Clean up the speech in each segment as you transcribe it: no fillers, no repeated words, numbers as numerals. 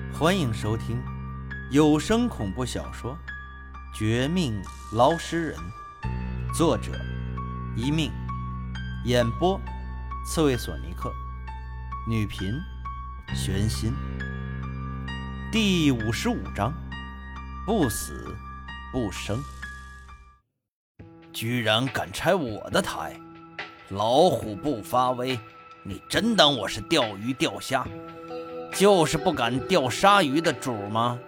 欢迎收听有声恐怖小说《绝命捞尸人》，作者一命，演播刺猬索尼克，女频玄心。第55章，不死不生。居然敢拆我的台，老虎不发威，你真当我是钓鱼钓虾，就是不敢钓鲨鱼的主吗？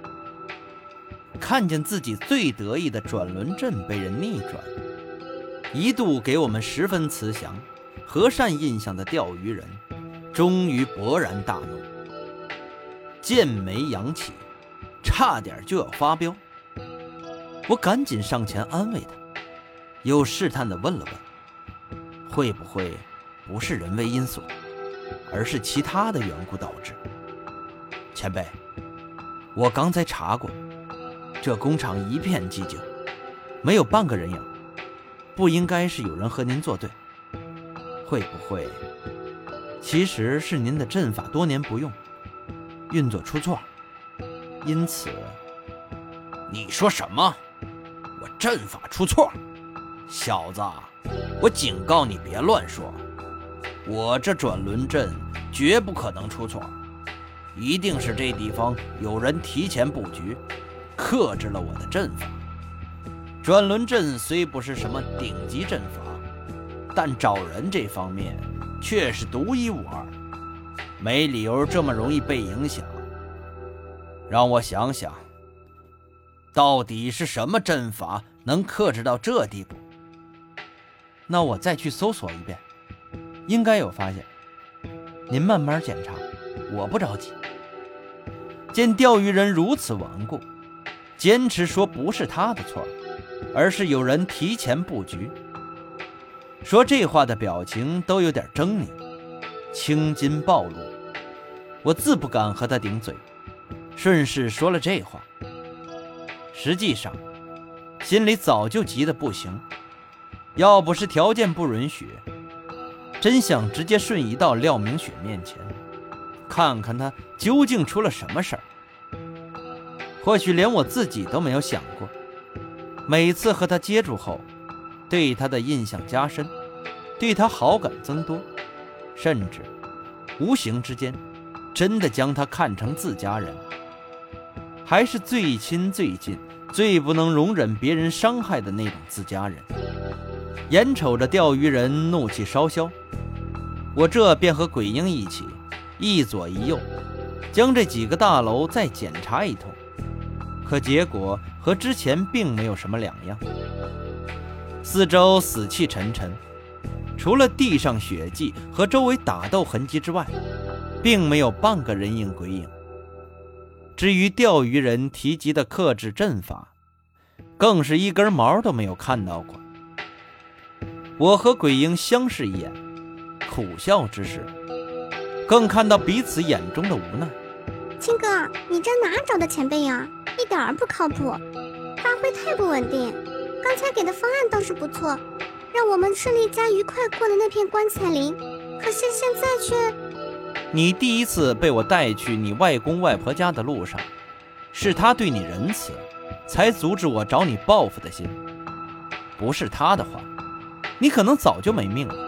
看见自己最得意的转轮阵被人逆转，一度给我们十分慈祥和善印象的钓鱼人终于勃然大怒，剑眉扬起，差点就要发飙。我赶紧上前安慰他，又试探地问了问，会不会不是人为因素，而是其他的缘故导致？前辈，我刚才查过，这工厂一片寂静，没有半个人影，不应该是有人和您作对。会不会其实是您的阵法多年不用，运作出错，因此……你说什么？我阵法出错？小子，我警告你别乱说，我这转轮阵绝不可能出错，一定是这地方有人提前布局，克制了我的阵法。转轮阵虽不是什么顶级阵法，但找人这方面却是独一无二，没理由这么容易被影响。让我想想，到底是什么阵法能克制到这地步？那我再去搜索一遍，应该有发现。您慢慢检查，我不着急。见钓鱼人如此顽固，坚持说不是他的错，而是有人提前布局。说这话的表情都有点狰狞，青筋暴露。我自不敢和他顶嘴，顺势说了这话。实际上心里早就急得不行，要不是条件不允许，真想直接瞬移到廖明雪面前，看看他究竟出了什么事儿。或许连我自己都没有想过，每次和他接触后，对他的印象加深，对他好感增多，甚至无形之间真的将他看成自家人，还是最亲最近最不能容忍别人伤害的那种自家人。眼瞅着钓鱼人怒气稍消，我这便和鬼婴一起一左一右将这几个大楼再检查一通，可结果和之前并没有什么两样。四周死气沉沉，除了地上血迹和周围打斗痕迹之外，并没有半个人影鬼影。至于钓鱼人提及的克制阵法，更是一根毛都没有看到过。我和鬼婴相视一眼，苦笑之时，更看到彼此眼中的无奈。 青哥，你这哪找的前辈呀？一点儿不靠谱，发挥太不稳定。刚才给的方案倒是不错，让我们顺利加愉快过了那片棺材林，可是现在却…… 你第一次被我带去你外公外婆家的路上，是他对你仁慈，才阻止我找你报复的心。不是他的话，你可能早就没命了。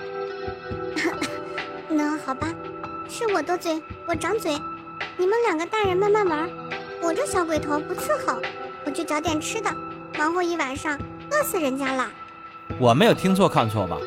那好吧，是我多嘴，我长嘴，你们两个大人慢慢玩，我这小鬼头不伺候，我去找点吃的，忙活一晚上，饿死人家了。 我没有听错看错吧？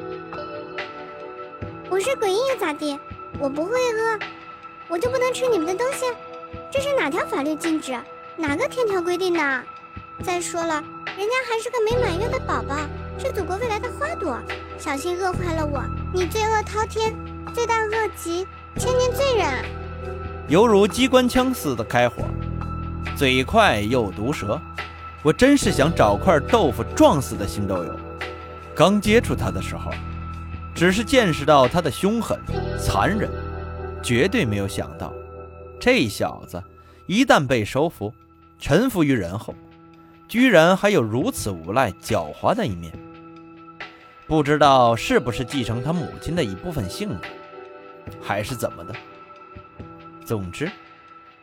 我是鬼婴又咋地？我不会饿，我就不能吃你们的东西？这是哪条法律禁止？哪个天条规定的？再说了，人家还是个没满月的宝宝，是祖国未来的花朵，小心饿坏了我，你罪恶滔天，罪大恶极，千年罪人。 犹如机关枪似的开火，嘴快又毒舌，我真是想找块豆腐撞死的心都有。刚接触他的时候，只是见识到他的凶狠残忍，绝对没有想到这小子一旦被收服，臣服于人后，居然还有如此无赖狡猾的一面。不知道是不是继承他母亲的一部分性格，还是怎么的。总之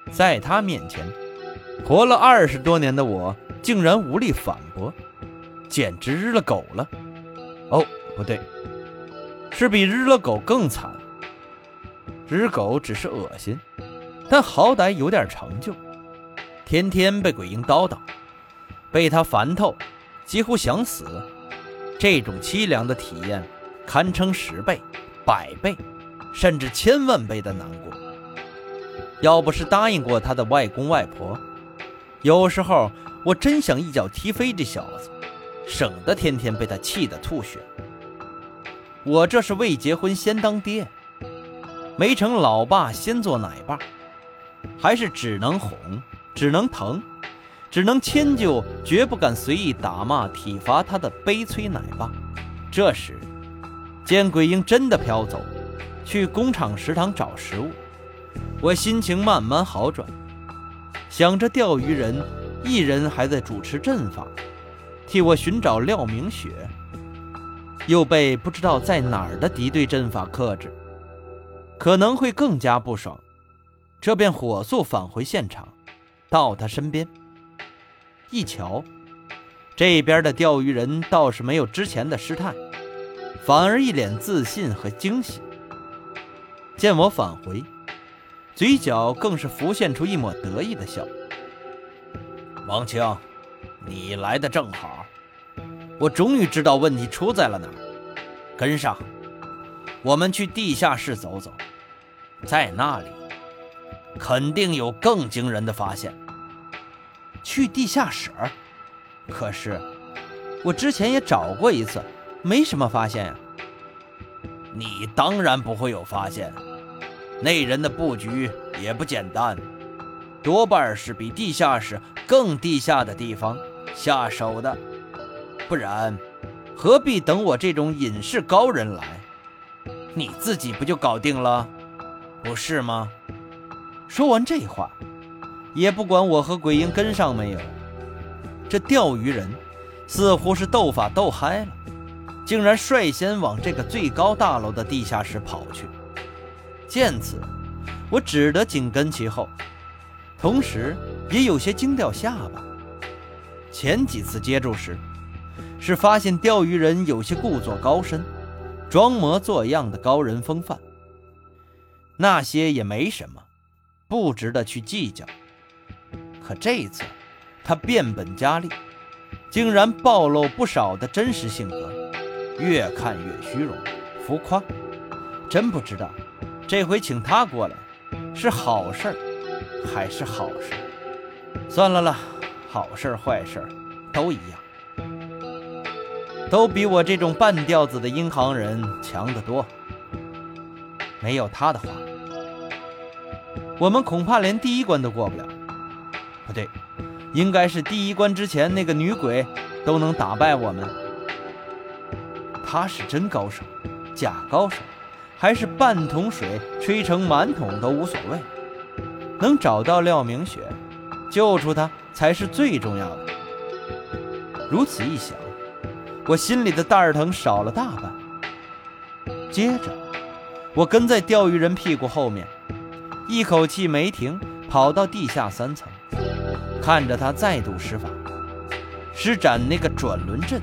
在他面前，活了20多年的我竟然无力反驳，简直日了狗了。哦，不对，是比日了狗更惨。日狗只是恶心，但好歹有点成就，天天被鬼婴叨叨，被他烦透，几乎想死。这种凄凉的体验堪称10倍、100倍，甚至1000万倍的难过。要不是答应过他的外公外婆，有时候我真想一脚踢飞这小子，省得天天被他气得吐血。我这是未结婚先当爹，没成老爸先做奶爸，还是只能哄，只能疼，只能迁就，绝不敢随意打骂体罚他的悲催奶爸。这时见鬼婴真的飘走，去工厂食堂找食物，我心情慢慢好转，想着钓鱼人一人还在主持阵法，替我寻找廖明雪，又被不知道在哪儿的敌对阵法克制，可能会更加不爽。这便火速返回现场，到他身边一瞧，这边的钓鱼人倒是没有之前的失态，反而一脸自信和惊喜。见我返回，嘴角更是浮现出一抹得意的笑。王清，你来的正好，我终于知道问题出在了哪儿。跟上，我们去地下室走走，在那里肯定有更惊人的发现。去地下室？可是我之前也找过一次，没什么发现呀。你当然不会有发现，那人的布局也不简单，多半是比地下室更地下的地方下手的，不然何必等我这种隐士高人来？你自己不就搞定了，不是吗？说完这话，也不管我和鬼婴跟上没有，这钓鱼人似乎是斗法斗嗨了，竟然率先往这个最高大楼的地下室跑去。见此，我只得紧跟其后，同时也有些惊掉下巴。前几次接触时，是发现钓鱼人有些故作高深，装模作样的高人风范，那些也没什么，不值得去计较。可这一次他变本加厉，竟然暴露不少的真实性格，越看越虚荣浮夸。真不知道这回请他过来是好事还是好事。算了啦，好事坏事都一样，都比我这种半吊子的银行人强得多。没有他的话，我们恐怕连第一关都过不了。不对，应该是第一关之前那个女鬼都能打败我们。他是真高手，假高手，还是半桶水吹成满桶都无所谓。能找到廖明雪，救出她才是最重要的。如此一想，我心里的蛋儿疼少了大半。接着我跟在钓鱼人屁股后面，一口气没停，跑到地下3层，看着他再度施法，施展那个转轮阵。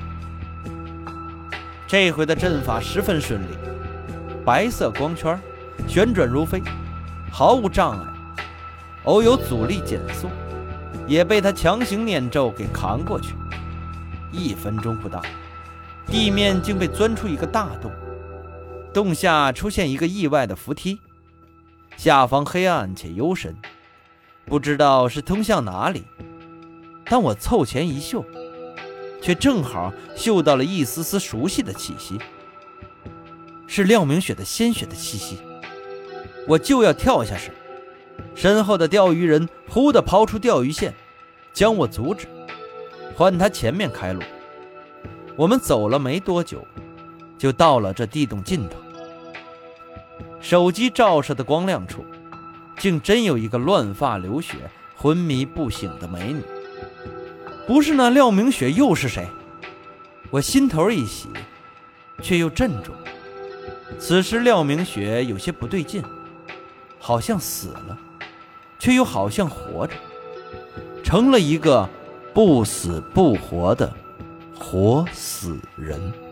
这回的阵法十分顺利，白色光圈旋转如飞，毫无障碍，偶有阻力减速，也被他强行念咒给扛过去。1分钟不到，地面竟被钻出一个大洞，洞下出现一个意外的扶梯，下方黑暗且幽深，不知道是通向哪里。但我凑前一嗅，却正好嗅到了一丝丝熟悉的气息，是廖明雪的鲜血的气息。我就要跳下去，身后的钓鱼人忽地抛出钓鱼线，将我阻止，换他前面开路。我们走了没多久，就到了这地洞尽头。手机照射的光亮处，竟真有一个乱发流血、昏迷不醒的美女。不是那廖明雪又是谁？我心头一喜，却又镇住。此时廖明雪有些不对劲，好像死了，却却又好像活着，成了一个不死不活的活死人。